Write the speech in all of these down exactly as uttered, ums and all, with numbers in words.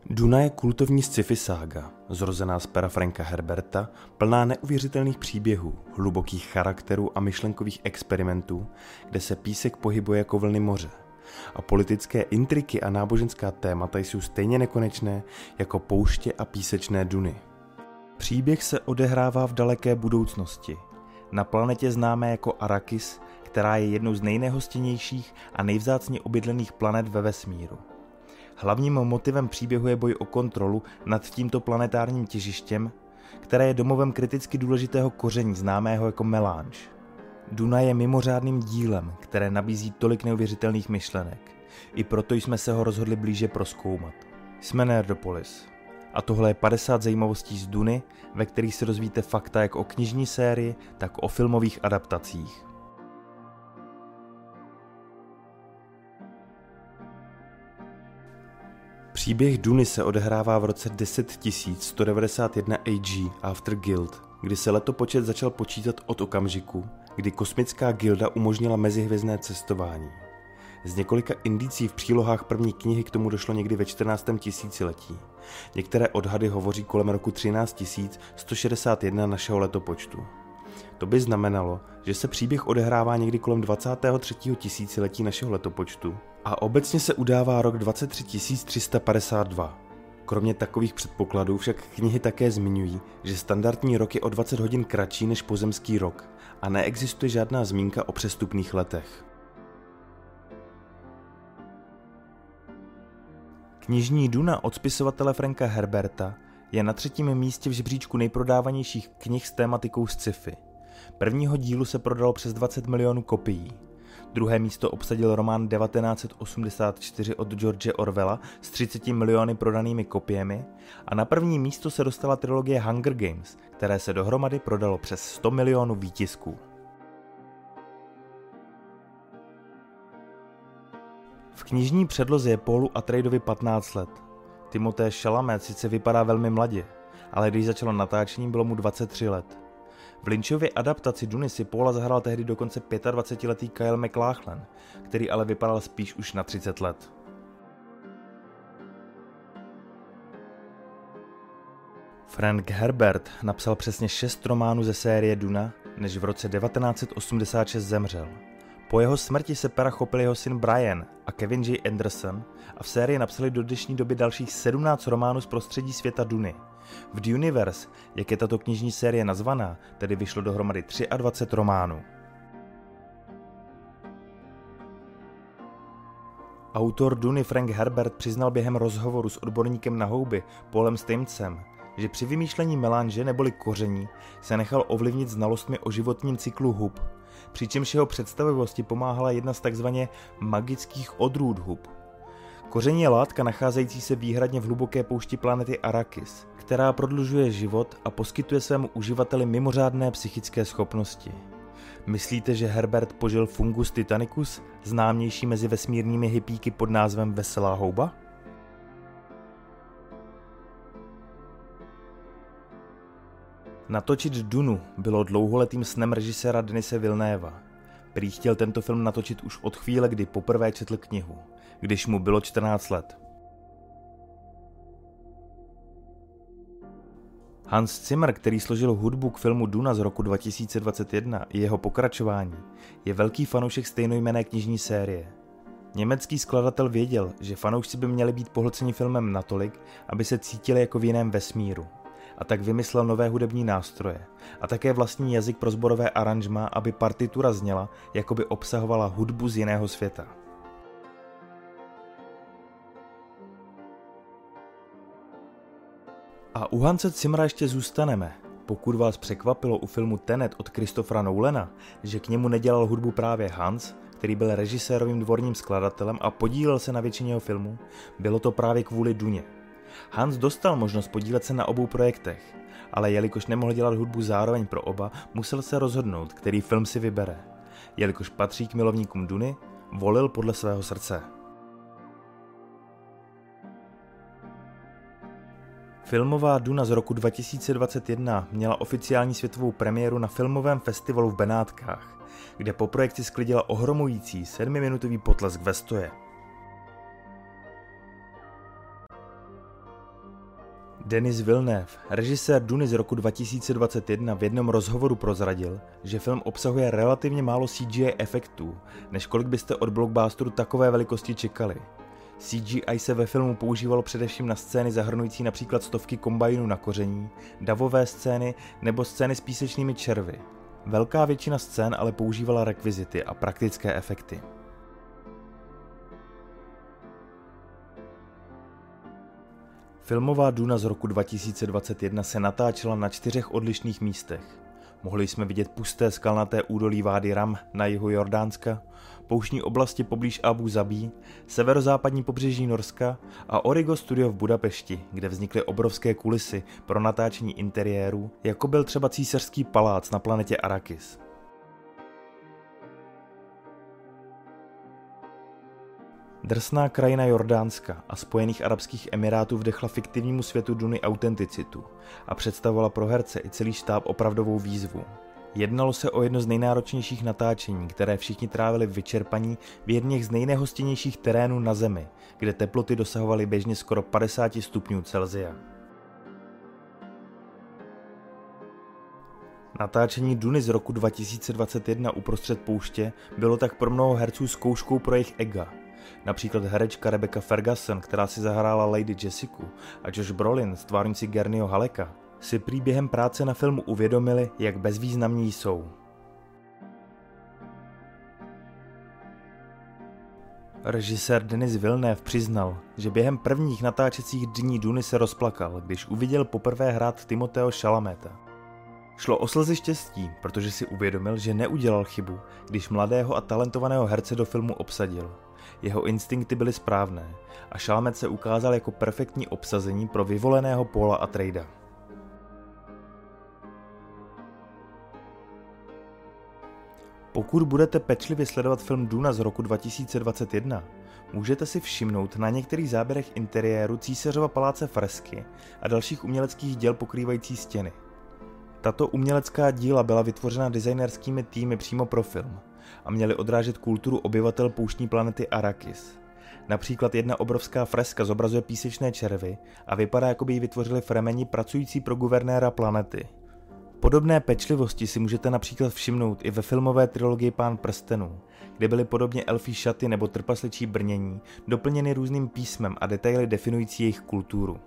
Duna je kultovní sci-fi sága, zrozená z pera Franka Herberta, plná neuvěřitelných příběhů, hlubokých charakterů a myšlenkových experimentů, kde se písek pohybuje jako vlny moře. A politické intriky a náboženská témata jsou stejně nekonečné jako pouště a písečné duny. Příběh se odehrává v daleké budoucnosti, na planetě známé jako Arrakis, která je jednou z nejnehostinnějších a nejvzácně obydlených planet ve vesmíru. Hlavním motivem příběhu je boj o kontrolu nad tímto planetárním těžištěm, které je domovem kriticky důležitého koření známého jako melange. Duna je mimořádným dílem, které nabízí tolik neuvěřitelných myšlenek. I proto jsme se ho rozhodli blíže prozkoumat. Jsme Nerdopolis. A tohle je padesát zajímavostí z Duny, ve kterých se dozvíte fakta jak o knižní sérii, tak o filmových adaptacích. Příběh Duny se odehrává v roce deset tisíc sto devadesát jedna A G After Guild, kdy se letopočet začal počítat od okamžiku, kdy kosmická gilda umožnila mezihvězdné cestování. Z několika indicí v přílohách první knihy k tomu došlo někdy ve čtrnáctém tisíciletí. Některé odhady hovoří kolem roku třináct tisíc sto šedesát jedna našeho letopočtu. To by znamenalo, že se příběh odehrává někdy kolem dvacátého třetího tisíciletí našeho letopočtu a obecně se udává rok dvacet tři tisíc tři sta padesát dva. Kromě takových předpokladů však knihy také zmiňují, že standardní rok je o dvacet hodin kratší než pozemský rok a neexistuje žádná zmínka o přestupných letech. Knižní Duna od spisovatele Franka Herberta je na třetím místě v žebříčku nejprodávanějších knih s tématikou sci-fi. Prvního dílu se prodalo přes dvacet milionů kopií. Druhé místo obsadil román devatenáct set osmdesát čtyři od George Orwella s třiceti miliony prodanými kopiemi a na první místo se dostala trilogie Hunger Games, které se dohromady prodalo přes sto milionů výtisků. V knižní předloze je Paulu Atreidovi patnáct let. Timothée Chalamet sice vypadá velmi mladě, ale když začalo natáčení, bylo mu dvacet tři let. V Lynchově adaptaci Duny si Paula zahrál tehdy dokonce dvacetiletý Kyle MacLachlan, který ale vypadal spíš už na třicet let. Frank Herbert napsal přesně šest románů ze série Duna, než v roce devatenáct set osmdesát šest zemřel. Po jeho smrti se pera chopil jeho syn Brian a Kevin J. Anderson a v sérii napsali do dnešní doby dalších sedmnáct románů z prostředí světa Duny. V Duniverse, jak je tato knižní série nazvaná, tedy vyšlo dohromady dvacet tři románů. Autor Duny Frank Herbert přiznal během rozhovoru s odborníkem na houby Paulem Stametsem, že při vymýšlení melanže neboli koření se nechal ovlivnit znalostmi o životním cyklu hub, přičemž jeho představivosti pomáhala jedna z takzvaně magických odrůd hub. Koření je látka nacházející se výhradně v hluboké poušti planety Arrakis, která prodlužuje život a poskytuje svému uživateli mimořádné psychické schopnosti. Myslíte, že Herbert požil Fungus titanicus, známější mezi vesmírnými hippíky pod názvem Veselá houba? Natočit Dunu bylo dlouholetým snem režiséra Denise Villeneva. Prý chtěl tento film natočit už od chvíle, kdy poprvé četl knihu, když mu bylo čtrnáct let. Hans Zimmer, který složil hudbu k filmu Duna z roku dva tisíce dvacet jedna i jeho pokračování, je velký fanoušek stejnojmenné knižní série. Německý skladatel věděl, že fanoušci by měli být pohlceni filmem natolik, aby se cítili jako v jiném vesmíru. A tak vymyslel nové hudební nástroje a také vlastní jazyk pro sborové aranžma, aby partitura zněla, jako by obsahovala hudbu z jiného světa. A u Hanse Zimmera ještě zůstaneme. Pokud vás překvapilo u filmu Tenet od Christophera Nolana, že k němu nedělal hudbu právě Hans, který byl režisérovým dvorním skladatelem a podílel se na většině jeho filmů, bylo to právě kvůli Duně. Hans dostal možnost podílet se na obou projektech, ale jelikož nemohl dělat hudbu zároveň pro oba, musel se rozhodnout, který film si vybere. Jelikož patří k milovníkům Duny, volil podle svého srdce. Filmová Duna z roku dva tisíce dvacet jedna měla oficiální světovou premiéru na filmovém festivalu v Benátkách, kde po projekci sklidila ohromující sedmiminutový potlesk ve stoje. Denis Villeneuve, režisér Duny z roku dva tisíce dvacet jedna, v jednom rozhovoru prozradil, že film obsahuje relativně málo C G I efektů, než kolik byste od blockbusteru takové velikosti čekali. C G I se ve filmu používalo především na scény zahrnující například stovky kombajnů na koření, davové scény nebo scény s písečnými červy. Velká většina scén ale používala rekvizity a praktické efekty. Filmová Duna z roku dva tisíce dvacet jedna se natáčela na čtyřech odlišných místech. Mohli jsme vidět pusté skalnaté údolí Vády Ram na jihu Jordánska, pouštní oblasti poblíž Abu Zabí, severozápadní pobřeží Norska a Origo Studio v Budapešti, kde vznikly obrovské kulisy pro natáčení interiérů, jako byl třeba císařský palác na planetě Arrakis. Drsná krajina Jordánska a Spojených arabských emirátů vdechla fiktivnímu světu Duny autenticitu a představovala pro herce i celý štáb opravdovou výzvu. Jednalo se o jedno z nejnáročnějších natáčení, které všichni trávili vyčerpaní v jedných z nejnehostinnějších terénů na Zemi, kde teploty dosahovaly běžně skoro padesát stupňů Celsia. Natáčení Duny z roku dva tisíce dvacet jedna uprostřed pouště bylo tak pro mnoho herců zkouškou pro jejich ega. Například herečka Rebecca Ferguson, která si zahrála Lady Jessica, a Josh Brolin, stvárnící Gurneyho Hallecka, si prý během práce na filmu uvědomili, jak bezvýznamní jsou. Režisér Denis Villeneuve přiznal, že během prvních natáčecích dní Duny se rozplakal, když uviděl poprvé hrát Timothého Chalameta. Šlo o slzy štěstí, protože si uvědomil, že neudělal chybu, když mladého a talentovaného herce do filmu obsadil. Jeho instinkty byly správné a Chalamet se ukázal jako perfektní obsazení pro vyvoleného Paula Atreida. Pokud budete pečlivě sledovat film Duna z roku dva tisíce dvacet jedna, můžete si všimnout na některých záběrech interiéru Císařova paláce fresky a dalších uměleckých děl pokrývající stěny. Tato umělecká díla byla vytvořena designerskými týmy přímo pro film a měly odrážet kulturu obyvatel pouštní planety Arrakis. Například jedna obrovská freska zobrazuje písečné červy a vypadá, jako by ji vytvořili fremeni pracující pro guvernéra planety. Podobné pečlivosti si můžete například všimnout i ve filmové trilogii Pán prstenů, kde byly podobně elfí šaty nebo trpasličí brnění doplněny různým písmem a detaily definující jejich kulturu.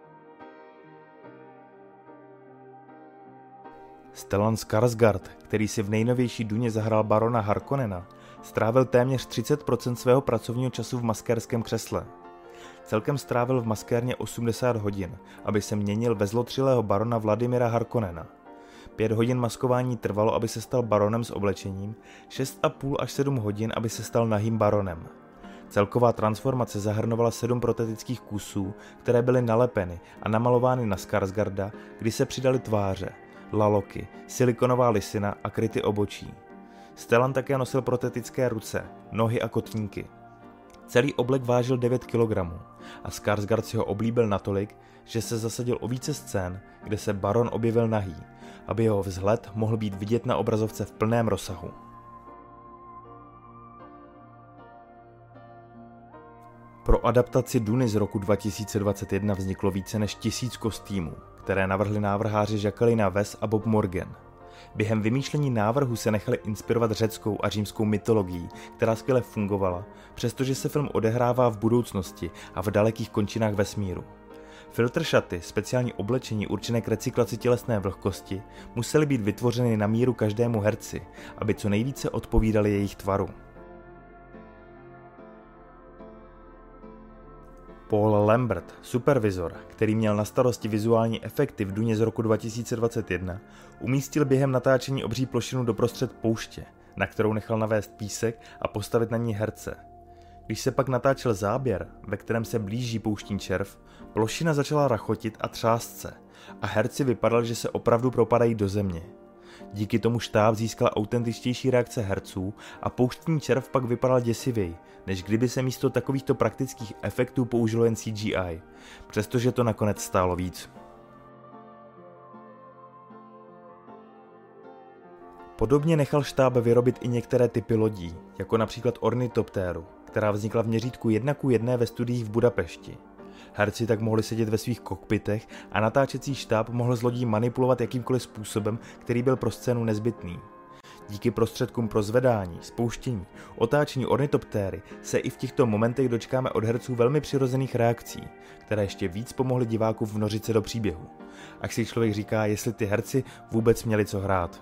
Stellan Skarsgård, který si v nejnovější Duně zahrál barona Harkonnena, strávil téměř třicet procent svého pracovního času v maskérském křesle. Celkem strávil v maskérně osmdesát hodin, aby se měnil ve zlotřilého barona Vladimira Harkonnena. Pět hodin maskování trvalo, aby se stal baronem s oblečením, šest a půl až sedm hodin, aby se stal nahým baronem. Celková transformace zahrnovala sedm protetických kusů, které byly nalepeny a namalovány na Skarsgårda, kdy se přidaly tváře, laloky, silikonová lisina a kryty obočí. Stellan také nosil protetické ruce, nohy a kotníky. Celý oblek vážil devět kilogramů a Skarsgård si ho oblíbil natolik, že se zasadil o více scén, kde se baron objevil nahý, aby jeho vzhled mohl být vidět na obrazovce v plném rozsahu. Pro adaptaci Duny z roku dva tisíce dvacet jedna vzniklo více než tisíc kostýmů, které navrhli návrháři Jacqueline Wes a Bob Morgan. Během vymýšlení návrhu se nechali inspirovat řeckou a římskou mytologií, která skvěle fungovala, přestože se film odehrává v budoucnosti a v dalekých končinách vesmíru. Filtr šaty, speciální oblečení určené k recyklaci tělesné vlhkosti, musely být vytvořeny na míru každému herci, aby co nejvíce odpovídaly jejich tvaru. Paul Lambert, supervizor, který měl na starosti vizuální efekty v Duně z roku dva tisíce dvacet jedna, umístil během natáčení obří plošinu doprostřed pouště, na kterou nechal navést písek a postavit na ní herce. Když se pak natáčel záběr, ve kterém se blíží pouštní červ, plošina začala rachotit a třást se a herci vypadali, že se opravdu propadají do země. Díky tomu štáb získal autentičtější reakce herců a pouštní červ pak vypadal děsivěji, než kdyby se místo takovýchto praktických efektů použilo jen C G I, přestože to nakonec stálo víc. Podobně nechal štáb vyrobit i některé typy lodí, jako například ornitoptéru, která vznikla v měřítku jedna ku jedné ve studiích v Budapešti. Herci tak mohli sedět ve svých kokpitech a natáčecí štáb mohl s lodí manipulovat jakýmkoliv způsobem, který byl pro scénu nezbytný. Díky prostředkům pro zvedání, spouštění, otáčení ornitoptéry se i v těchto momentech dočkáme od herců velmi přirozených reakcí, které ještě víc pomohly divákům vnořit se do příběhu. Ach si člověk říká, jestli ty herci vůbec měli co hrát.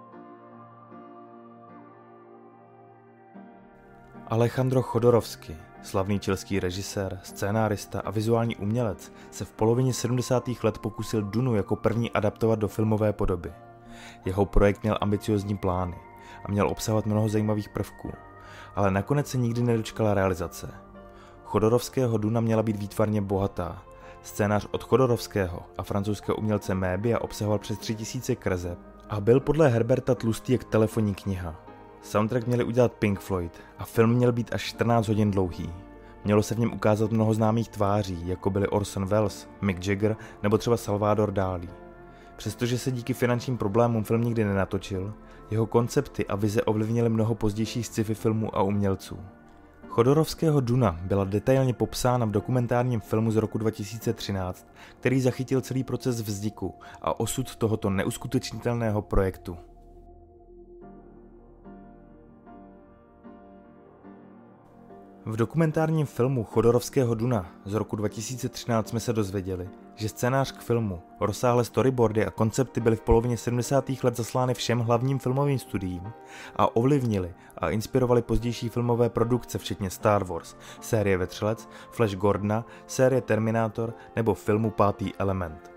Alejandro Jodorowsky, slavný chilský režisér, scénárista a vizuální umělec, se v polovině sedmdesátých let pokusil Dunu jako první adaptovat do filmové podoby. Jeho projekt měl ambiciozní plány a měl obsahovat mnoho zajímavých prvků, ale nakonec se nikdy nedočkala realizace. Jodorowského Duna měla být výtvarně bohatá. Scénář od Jodorowského a francouzského umělce Mébia obsahoval přes tři tisíce kreseb a byl podle Herberta tlustý jak telefonní kniha. Soundtrack měli udělat Pink Floyd a film měl být až čtrnáct hodin dlouhý. Mělo se v něm ukázat mnoho známých tváří, jako byli Orson Welles, Mick Jagger nebo třeba Salvador Dalí. Přestože se díky finančním problémům film nikdy nenatočil, jeho koncepty a vize ovlivnily mnoho pozdějších sci-fi filmů a umělců. Jodorowského Duna byla detailně popsána v dokumentárním filmu z roku dva tisíce třináct, který zachytil celý proces vzniku a osud tohoto neuskutečnitelného projektu. V dokumentárním filmu Jodorowského Duna z roku dva tisíce třináct jsme se dozvěděli, že scénář k filmu, rozsáhlé storyboardy a koncepty byly v polovině sedmdesátých let zaslány všem hlavním filmovým studiím a ovlivnili a inspirovali pozdější filmové produkce včetně Star Wars, série Vetřelec, Flash Gordona, série Terminator nebo filmu Pátý element.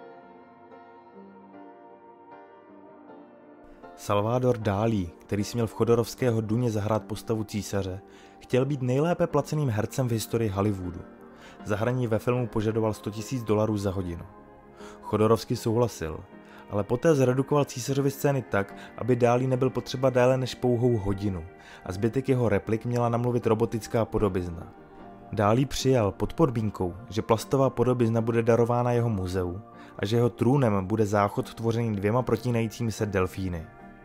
Salvador Dalí, který si měl v Jodorowského Duně zahrát postavu císaře, chtěl být nejlépe placeným hercem v historii Hollywoodu. Za hraní ve filmu požadoval sto tisíc dolarů za hodinu. Jodorowsky souhlasil, ale poté zredukoval císařovy scény tak, aby Dalí nebyl potřeba déle než pouhou hodinu a zbytek jeho replik měla namluvit robotická podobizna. Dalí přijal pod podmínkou, že plastová podobizna bude darována jeho muzeu a že jeho trůnem bude záchod tvořený dvěma protínajícími se delfíny.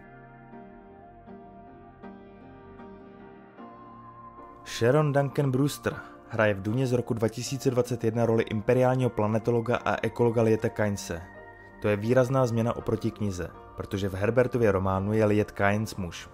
Sharon Duncan Brewster hraje v Duně z roku dva tisíce dvacet jedna roli imperiálního planetologa a ekologa Lieta Kainse. To je výrazná změna oproti knize, protože v Herbertově románu je Liet Kains muž.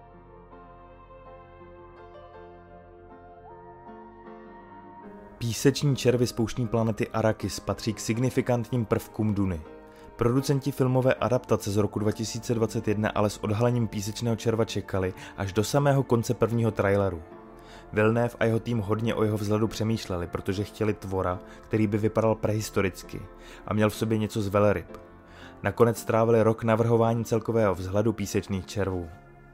Píseční červy z pouštní planety Arrakis patří k signifikantním prvkům Duny. Producenti filmové adaptace z roku dva tisíce dvacet jedna ale s odhalením písečného červa čekali až do samého konce prvního traileru. Villeneuve a jeho tým hodně o jeho vzhledu přemýšleli, protože chtěli tvora, který by vypadal prehistoricky a měl v sobě něco z veleryb. Nakonec strávili rok navrhováním celkového vzhledu písečných červů.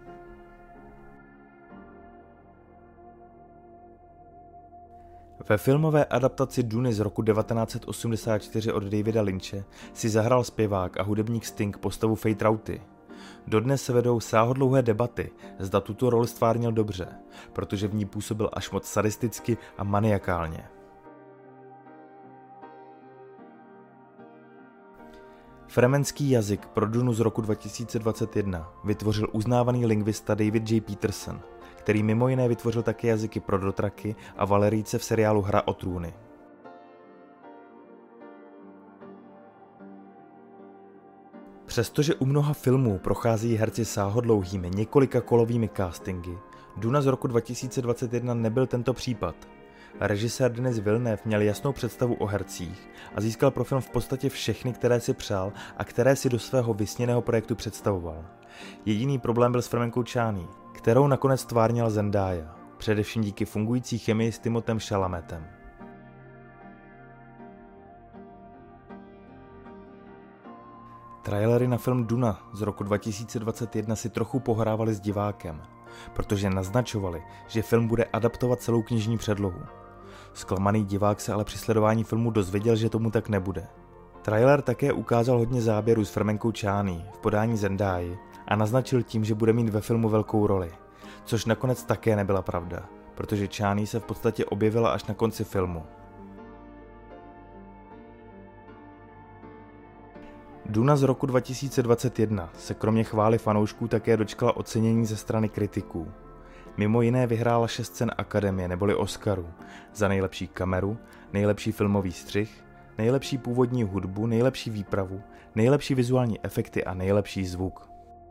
Ve filmové adaptaci Duny z roku devatenáct set osmdesát čtyři od Davida Lynche si zahrál zpěvák a hudebník Sting postavu Fate Rauty. Dodnes se vedou sáhodlouhé debaty, zda tuto roli stvárnil dobře, protože v ní působil až moc sadisticky a maniakálně. Fremenský jazyk pro Dunu z roku dva tisíce dvacet jedna vytvořil uznávaný lingvista David J. Peterson, který mimo jiné vytvořil také jazyky pro Dotraky a Valerijce v seriálu Hra o trůny. Přestože u mnoha filmů prochází herci sáhodlouhými několika kolovými castingy, Duna z roku dva tisíce dvacet jedna nebyl tento případ. Režisér Denis Villeneuve měl jasnou představu o hercích a získal pro film v podstatě všechny, které si přál a které si do svého vysněného projektu představoval. Jediný problém byl s Fremenkou Chani, kterou nakonec stvárnila Zendaya, především díky fungující chemii s Timothem Chalametem. Trailery na film Duna z roku dva tisíce dvacet jedna si trochu pohrávali s divákem, protože naznačovali, že film bude adaptovat celou knižní předlohu. Zklamaný divák se ale při sledování filmu dozvěděl, že tomu tak nebude. Trailer také ukázal hodně záběrů s Fremenkou Chani v podání Zendai a naznačil tím, že bude mít ve filmu velkou roli, což nakonec také nebyla pravda, protože Chani se v podstatě objevila až na konci filmu. Duna z roku dva tisíce dvacet jedna se kromě chvály fanoušků také dočkala ocenění ze strany kritiků. Mimo jiné vyhrála šest cen Akademie neboli Oscarů za nejlepší kameru, nejlepší filmový střih, nejlepší původní hudbu, nejlepší výpravu, nejlepší vizuální efekty a nejlepší zvuk.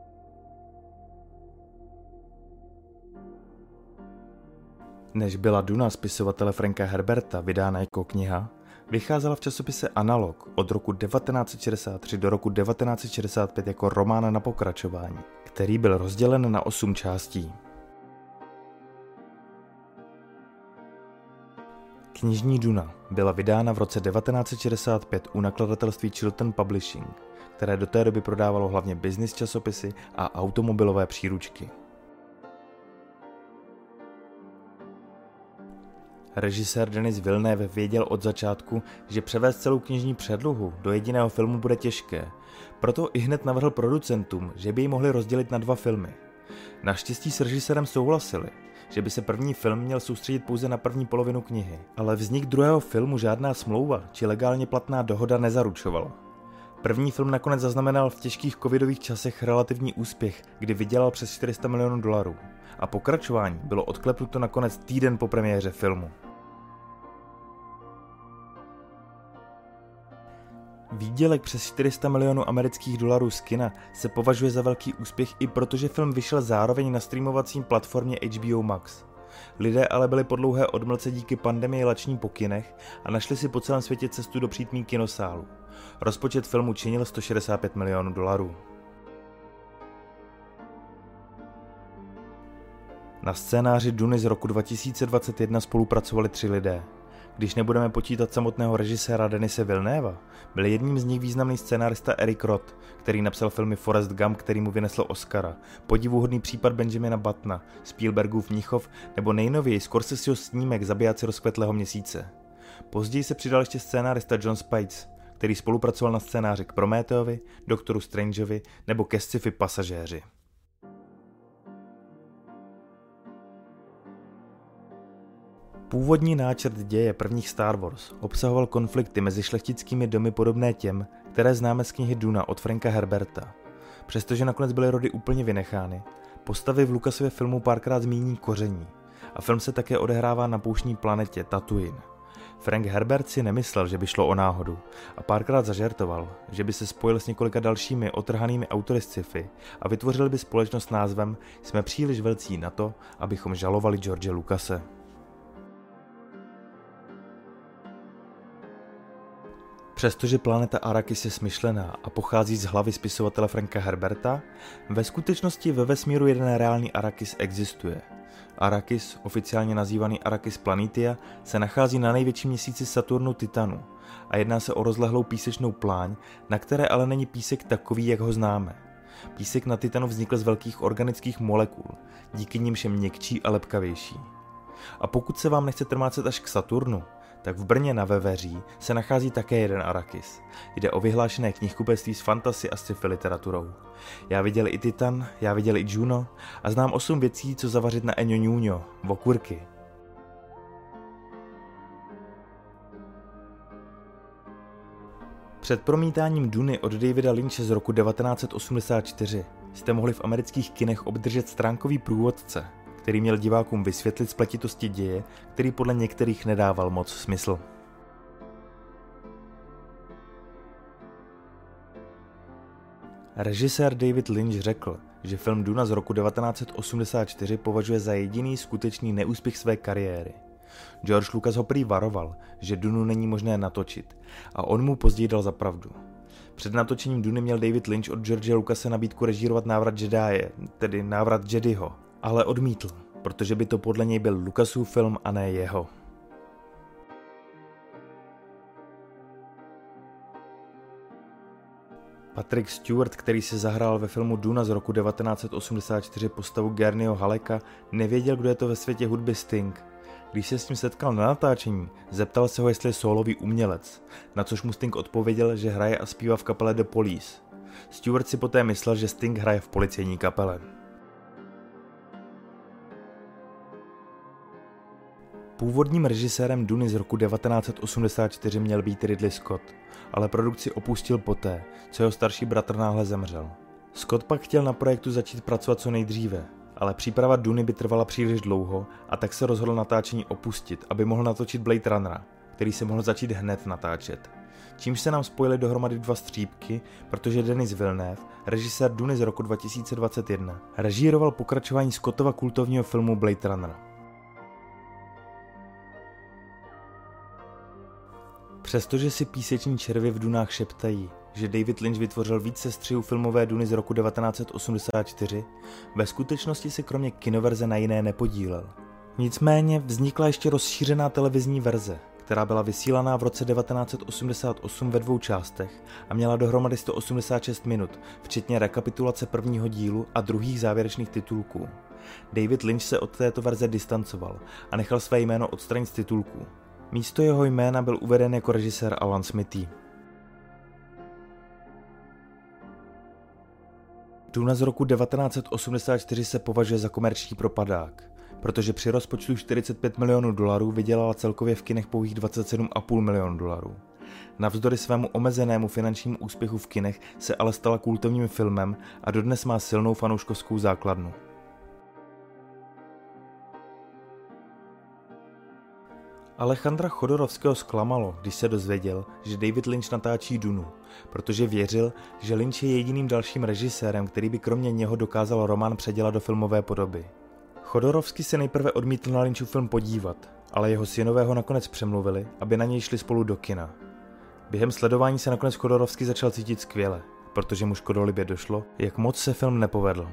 Než byla Duna spisovatele Franka Herberta vydána jako kniha, vycházela v časopise Analog od roku devatenáct set šedesát tři do roku devatenáct set šedesát pět jako román na pokračování, který byl rozdělen na osm částí. Knižní Duna byla vydána v roce devatenáct set šedesát pět u nakladatelství Chilton Publishing, které do té doby prodávalo hlavně business časopisy a automobilové příručky. Režisér Denis Villeneuve věděl od začátku, že převést celou knižní předlohu do jediného filmu bude těžké, proto ihned navrhl producentům, že by ji mohli rozdělit na dva filmy. Naštěstí s režisérem souhlasili, že by se první film měl soustředit pouze na první polovinu knihy, ale vznik druhého filmu žádná smlouva či legálně platná dohoda nezaručovala. První film nakonec zaznamenal v těžkých covidových časech relativní úspěch, kdy vydělal přes čtyři sta milionů dolarů a pokračování bylo odklepnuto nakonec týden po premiéře filmu. Výdělek přes čtyři sta milionů amerických dolarů z kina se považuje za velký úspěch i protože film vyšel zároveň na streamovacím platformě H B O Max. Lidé ale byli po dlouhé odmlce díky pandemii lační po kinech a našli si po celém světě cestu do přítmí kinosálu. Rozpočet filmu činil sto šedesát pět milionů dolarů. Na scénáři Duny z roku dva tisíce dvacet jedna spolupracovali tři lidé. Když nebudeme počítat samotného režiséra Denise Villeneuva, byl jedním z nich významný scénárista Eric Roth, který napsal filmy Forrest Gump, který mu vynesl Oscara, Podivuhodný případ Benjamina Buttona, Spielbergův Mnichov nebo nejnověji Scorseseho snímek Zabijáci rozkvetlého měsíce. Později se přidal ještě scénárista Jon Spaihts, který spolupracoval na scénáři k Prometheovi, Doktoru Strangeovi nebo ke sci-fi Pasažéři. Původní náčrt děje prvních Star Wars obsahoval konflikty mezi šlechtickými domy podobné těm, které známe z knihy Duna od Franka Herberta. Přestože nakonec byly rody úplně vynechány, postavy v Lucasově filmu párkrát zmíní koření a film se také odehrává na pouštní planetě Tatooine. Frank Herbert si nemyslel, že by šlo o náhodu a párkrát zažertoval, že by se spojil s několika dalšími otrhanými autory sci-fi a vytvořili by společnost s názvem Jsme příliš velcí na to, abychom žalovali George Lucase. Přestože planeta Arrakis je smyšlená a pochází z hlavy spisovatele Franka Herberta, ve skutečnosti ve vesmíru jeden reálný Arrakis existuje. Arrakis, oficiálně nazývaný Arrakis Planitia, se nachází na největším měsíci Saturnu Titanu a jedná se o rozlehlou písečnou pláň, na které ale není písek takový, jak ho známe. Písek na Titanu vznikl z velkých organických molekul, díky nimž je měkčí a lepkavější. A pokud se vám nechce trmácet až k Saturnu, tak v Brně na Veveří se nachází také jeden Arrakis. Jde o vyhlášené knihkupectví s fantasy a sci-fi literaturou. Já viděl i Titan, já viděl i Juno a znám osm věcí, co zavařit na Eňo Ñuño, okurky. Před promítáním Duny od Davida Lynche z roku devatenáct set osmdesát čtyři jste mohli v amerických kinech obdržet stránkový průvodce, který měl divákům vysvětlit spletitosti děje, který podle některých nedával moc smysl. Režisér David Lynch řekl, že film Duna z roku devatenáct set osmdesát čtyři považuje za jediný skutečný neúspěch své kariéry. George Lucas ho prý varoval, že Dunu není možné natočit a on mu později dal za pravdu. Před natočením Duny měl David Lynch od George Lucase nabídku režírovat návrat Jedie, tedy návrat Jediho, ale odmítl, protože by to podle něj byl Lucasův film a ne jeho. Patrick Stewart, který se zahrál ve filmu Duna z roku devatenáct set osmdesát čtyři postavu Gurneyho Hallecka, nevěděl, kdo je to ve světě hudby Sting. Když se s ním setkal na natáčení, zeptal se ho, jestli je sólový umělec, na což mu Sting odpověděl, že hraje a zpívá v kapele The Police. Stewart si poté myslel, že Sting hraje v policejní kapele. Původním režisérem Duny z roku devatenáct set osmdesát čtyři měl být Ridley Scott, ale produkci opustil poté, co jeho starší bratr náhle zemřel. Scott pak chtěl na projektu začít pracovat co nejdříve, ale příprava Duny by trvala příliš dlouho a tak se rozhodl natáčení opustit, aby mohl natočit Blade Runnera, který se mohl začít hned natáčet. Čímž se nám spojily dohromady dva střípky, protože Denis Villeneuve, režisér Duny z roku dva tisíce dvacet jedna, režíroval pokračování Scottova kultovního filmu Blade Runner. Přestože si píseční červy v dunách šeptají, že David Lynch vytvořil víc sestřihů filmové Duny z roku devatenáct set osmdesát čtyři, ve skutečnosti se kromě kinoverze na jiné nepodílel. Nicméně vznikla ještě rozšířená televizní verze, která byla vysílaná v roce devatenáct set osmdesát osm ve dvou částech a měla dohromady sto osmdesát šest minut, včetně rekapitulace prvního dílu a druhých závěrečných titulků. David Lynch se od této verze distancoval a nechal své jméno odstranit z titulků. Místo jeho jména byl uveden jako režisér Alan Smithee. Duna z roku devatenáct set osmdesát čtyři se považuje za komerční propadák, protože při rozpočtu čtyřicet pět milionů dolarů vydělala celkově v kinech pouhých dvacet sedm celá pět milionů dolarů. Navzdory svému omezenému finančnímu úspěchu v kinech se ale stala kultovním filmem a dodnes má silnou fanouškovskou základnu. Alejandra Chodorovského zklamalo, když se dozvěděl, že David Lynch natáčí Dunu, protože věřil, že Lynch je jediným dalším režisérem, který by kromě něho dokázal román předělat do filmové podoby. Chodorovský se nejprve odmítl na Lynchův film podívat, ale jeho synové ho nakonec přemluvili, aby na něj šli spolu do kina. Během sledování se nakonec Chodorovský začal cítit skvěle, protože mu škodolibě došlo, jak moc se film nepovedl.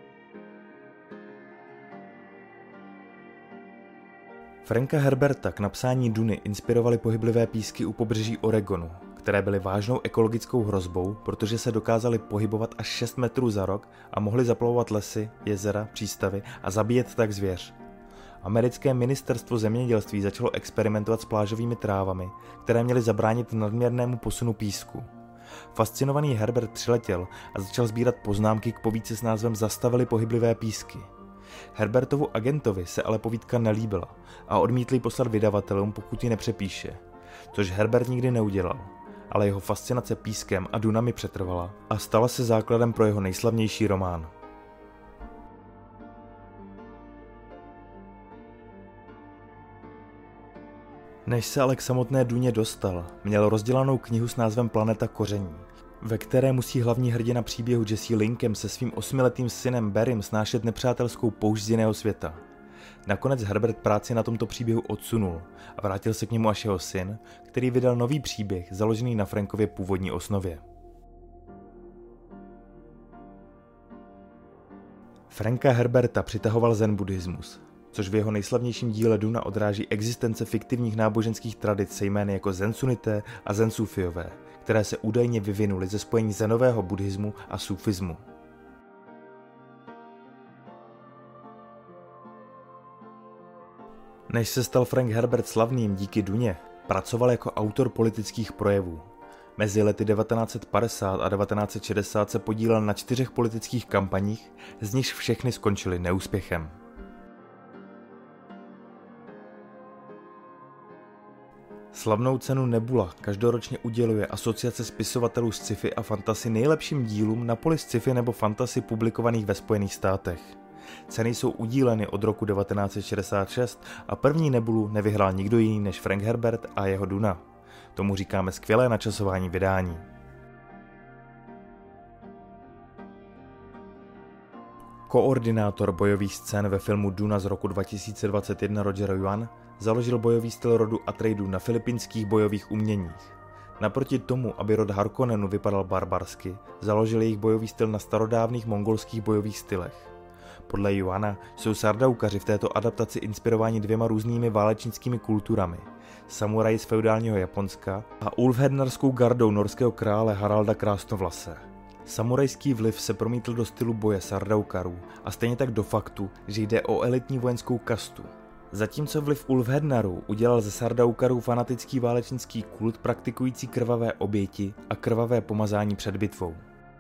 Franka Herberta k napsání Duny inspirovaly pohyblivé písky u pobřeží Oregonu, které byly vážnou ekologickou hrozbou, protože se dokázaly pohybovat až šest metrů za rok a mohly zaplavovat lesy, jezera, přístavy a zabíjet tak zvěř. Americké ministerstvo zemědělství začalo experimentovat s plážovými trávami, které měly zabránit nadměrnému posunu písku. Fascinovaný Herbert přiletěl a začal sbírat poznámky k povídce s názvem Zastavili pohyblivé písky. Herbertovu agentovi se ale povídka nelíbila a odmítli poslat vydavatelům, pokud ji nepřepíše, což Herbert nikdy neudělal, ale jeho fascinace pískem a dunami přetrvala a stala se základem pro jeho nejslavnější román. Než se ale k samotné Duně dostal, měl rozdělanou knihu s názvem Planeta koření, ve které musí hlavní hrdina příběhu Jesse Linkem se svým osmiletým synem Barrym snášet nepřátelskou poušť z jiného světa. Nakonec Herbert práci na tomto příběhu odsunul a vrátil se k němu až jeho syn, který vydal nový příběh založený na Frankově původní osnově. Franka Herberta přitahoval zen buddhismus, což v jeho nejslavnějším díle Duna odráží existence fiktivních náboženských tradic se jmény jako Zen sunité a Zen sufiové, které se údajně vyvinuly ze spojení zenového buddhismu a sufismu. Než se stal Frank Herbert slavným díky Duně, pracoval jako autor politických projevů. Mezi lety devatenáct set padesát a devatenáct set šedesát se podílel na čtyřech politických kampaních, z nichž všechny skončily neúspěchem. Slavnou cenu Nebula každoročně uděluje Asociace spisovatelů sci-fi a fantasy nejlepším dílům na poli sci-fi nebo fantasy publikovaných ve Spojených státech. Ceny jsou udíleny od roku devatenáct set šedesát šest a první Nebulu nevyhrál nikdo jiný než Frank Herbert a jeho Duna. Tomu říkáme skvělé načasování vydání. Koordinátor bojových scén ve filmu Duna z roku dva tisíce dvacet jedna Roger Yuan založil bojový styl rodu Atreidu na filipínských bojových uměních. Naproti tomu, aby rod Harkonnenů vypadal barbarsky, založil jejich bojový styl na starodávných mongolských bojových stylech. Podle Yuana jsou Sardaukaři v této adaptaci inspirováni dvěma různými válečnickými kulturami, samuraji z feudálního Japonska a Ulfhednarskou gardou norského krále Haralda Krásnovlase. Samurajský vliv se promítl do stylu boje Sardaukarů a stejně tak do faktu, že jde o elitní vojenskou kastu. Zatímco vliv Ulfhednarů udělal ze Sardaukarů fanatický válečnický kult praktikující krvavé oběti a krvavé pomazání před bitvou.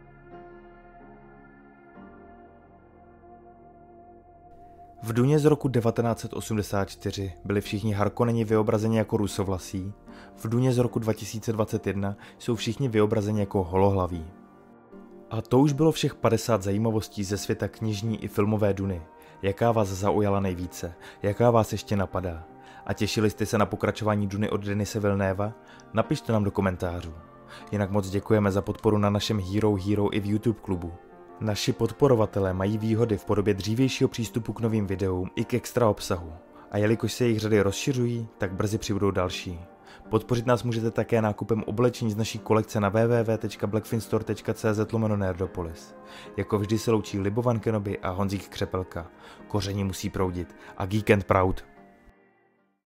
V Duně z roku devatenáct set osmdesát čtyři byli všichni Harkonneni vyobrazeni jako rusovlasí, v Duně z roku dva tisíce dvacet jedna jsou všichni vyobrazeni jako holohlaví. A to už bylo všech padesát zajímavostí ze světa knižní i filmové Duny. Jaká vás zaujala nejvíce? Jaká vás ještě napadá? A těšili jste se na pokračování Duny od Denise Villeneuva? Napište nám do komentářů. Jinak moc děkujeme za podporu na našem Hero Hero i v YouTube klubu. Naši podporovatelé mají výhody v podobě dřívějšího přístupu k novým videům i k extra obsahu. A jelikož se jejich řady rozšiřují, tak brzy přibudou další. Podpořit nás můžete také nákupem oblečení z naší kolekce na w w w tečka blackfinstore tečka c z lomeno nerdopolis. Jako vždy se loučí Libovan Kenobi a Honzík Křepelka. Koření musí proudit a Geek and Proud.